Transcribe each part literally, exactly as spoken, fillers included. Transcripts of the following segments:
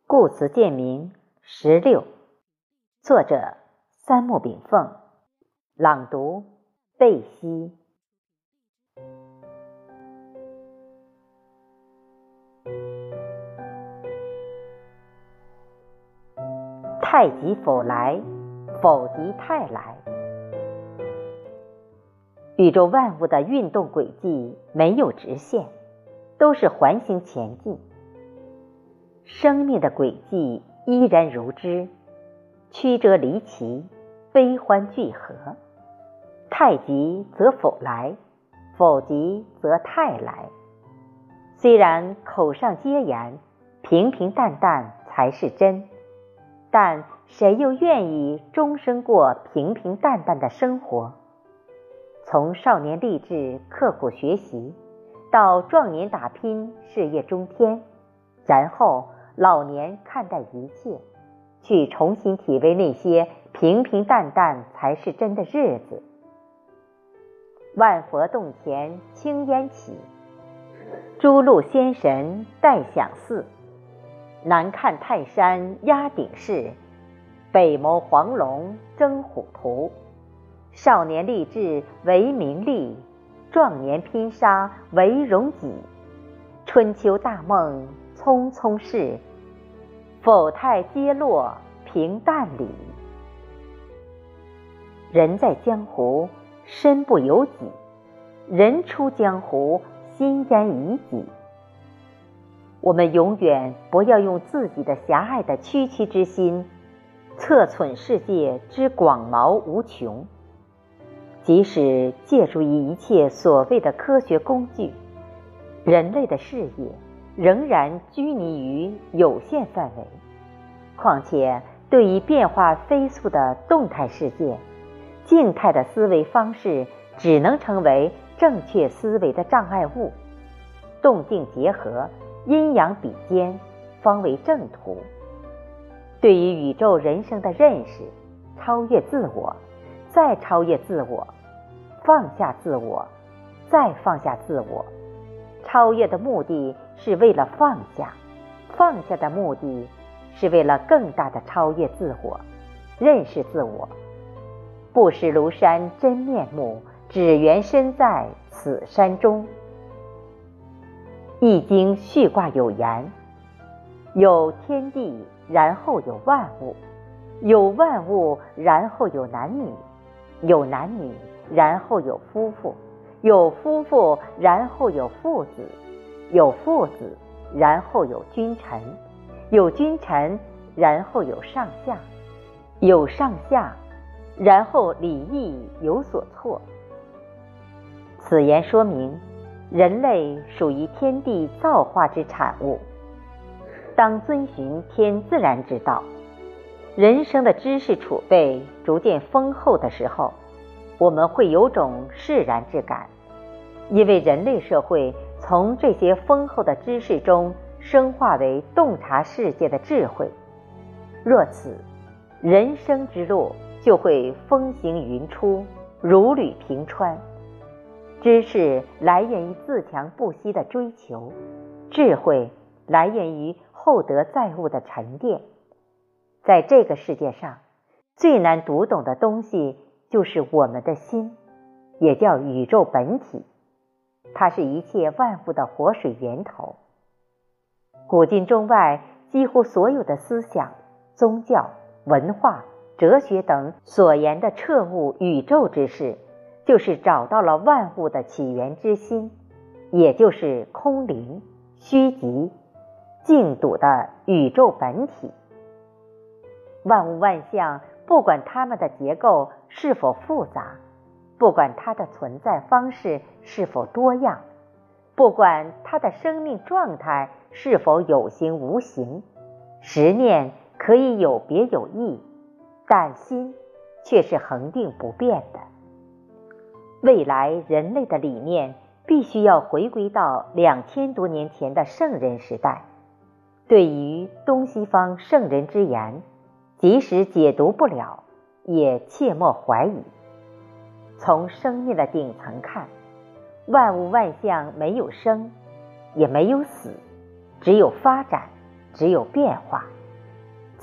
故词鉴名十六，作者三木炳凤，朗读贝西。太极否来，否极泰来。宇宙万物的运动轨迹没有直线，都是环形前进。生命的轨迹依然如之，曲折离奇，悲欢聚合。太极则否来，否极则泰来。虽然口上皆言平平淡淡才是真，但谁又愿意终生过平平淡淡的生活？从少年立志刻苦学习，到壮年打拼事业中天，然后老年看待一切，去重新体味那些平平淡淡才是真的日子。万佛洞前青烟起，诸路仙神待享祀。南看泰山压顶势，北谋黄龙争虎图。少年立志为名利，壮年拼杀为荣己。春秋大梦匆匆逝，否泰皆落平淡里。人在江湖身不由己，人出江湖心焉已己。我们永远不要用自己的狭隘的区区之心测忖世界之广袤无穷。即使借助于一切所谓的科学工具，人类的视野仍然拘泥于有限范围。况且对于变化飞速的动态世界，静态的思维方式只能成为正确思维的障碍物。动静结合，阴阳比肩，方为正途。对于宇宙人生的认识，超越自我，再超越自我，放下自我，再放下自我。超越的目的是为了放下，放下的目的是为了更大的超越自我，认识自我。不识庐山真面目，只缘身在此山中。易经序卦有言，有天地，然后有万物，有万物，然后有男女，有男女，然后有夫妇，有夫妇，然后有父子，有父子，然后有君臣，有君臣，然后有上下，有上下，然后礼义有所错。此言说明人类属于天地造化之产物。当遵循天自然之道，人生的知识储备逐渐丰厚的时候，我们会有种释然之感，因为人类社会从这些丰厚的知识中升化为洞察世界的智慧。若此，人生之路就会风行云出，如履平川。知识来源于自强不息的追求，智慧来源于厚德载物的沉淀。在这个世界上，最难读懂的东西就是我们的心，也叫宇宙本体。它是一切万物的活水源头。古今中外几乎所有的思想、宗教、文化、哲学等所言的彻悟宇宙之事，就是找到了万物的起源之心，也就是空灵、虚极、静笃的宇宙本体。万物万象，不管它们的结构是否复杂，不管它的存在方式是否多样，不管它的生命状态是否有形无形，实念可以有别有异，但心却是恒定不变的。未来人类的理念必须要回归到两千多年前的圣人时代。对于东西方圣人之言，即使解读不了，也切莫怀疑。从生命的顶层看，万物万象没有生，也没有死，只有发展，只有变化。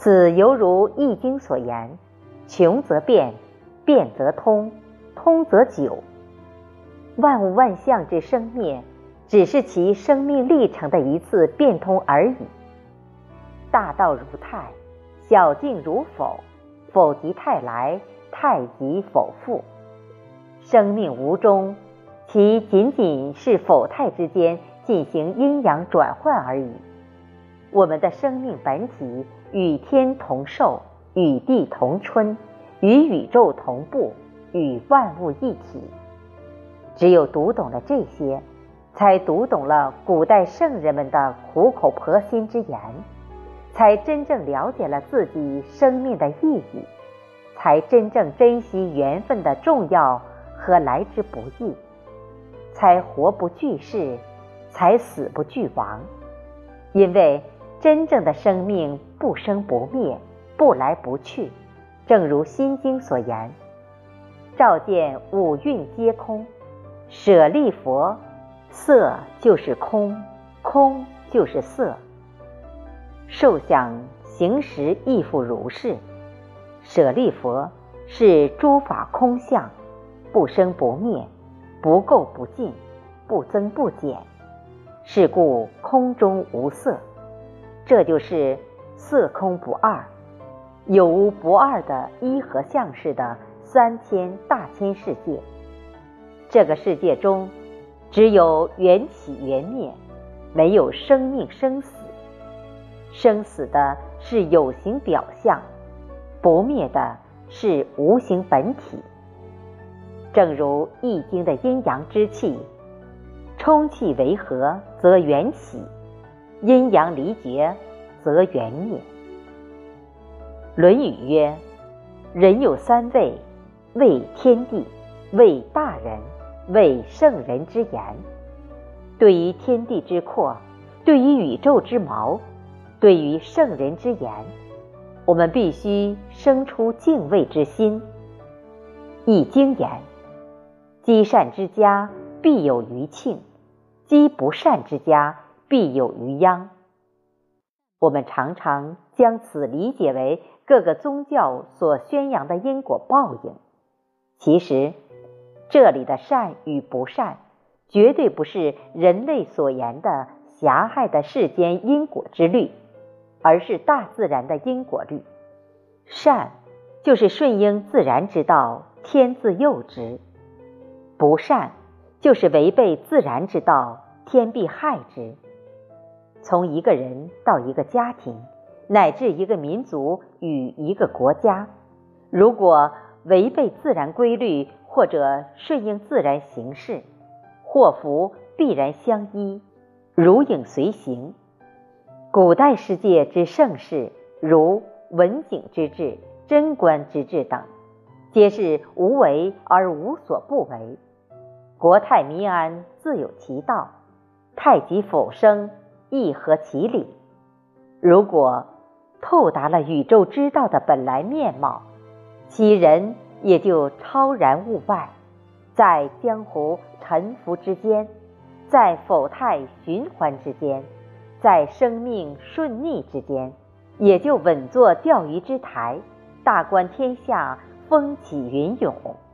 此犹如《易经》所言：穷则变，变则通，通则久。万物万象之生灭，只是其生命历程的一次变通而已。大道如泰，小径如否，否极泰来，泰极否复。生命无终，其仅仅是否泰之间进行阴阳转换而已。我们的生命本体与天同寿，与地同春，与宇宙同步，与万物一体。只有读懂了这些，才读懂了古代圣人们的苦口婆心之言，才真正了解了自己生命的意义，才真正珍惜缘分的重要和来之不易，才活不惧世，才死不惧亡。因为真正的生命不生不灭，不来不去，正如《心经》所言：照见五蕴皆空，舍利佛，色就是空，空就是色。受想行识亦复如是。舍利佛是诸法空相，不生不灭，不垢不净，不增不减，是故空中无色。这就是色空不二，有无不二的一合相式的三千大千世界。这个世界中只有缘起缘灭，没有生命生死。生死的是有形表象，不灭的是无形本体。正如《易经》的阴阳之气，冲气为和则缘起，阴阳离绝则缘灭。《论语》曰：人有三畏，畏天地，畏大人，畏圣人之言。对于天地之阔，对于宇宙之毛，对于圣人之言，我们必须生出敬畏之心。易经言：积善之家，必有余庆；积不善之家，必有余殃。我们常常将此理解为各个宗教所宣扬的因果报应。其实这里的善与不善，绝对不是人类所言的狭隘的世间因果之律，而是大自然的因果律。善就是顺应自然之道，天自佑之；不善就是违背自然之道，天必害之。从一个人到一个家庭，乃至一个民族与一个国家，如果违背自然规律，或者顺应自然形势，祸福必然相依，如影随形。古代世界之盛世，如文景之治、贞观之治等，皆是无为而无所不为。国泰民安，自有其道；太极否生，亦合其理。如果透达了宇宙之道的本来面貌，其人也就超然物外，在江湖沉浮之间，在否泰循环之间，在生命顺逆之间，也就稳坐钓鱼之台，大观天下，风起云涌。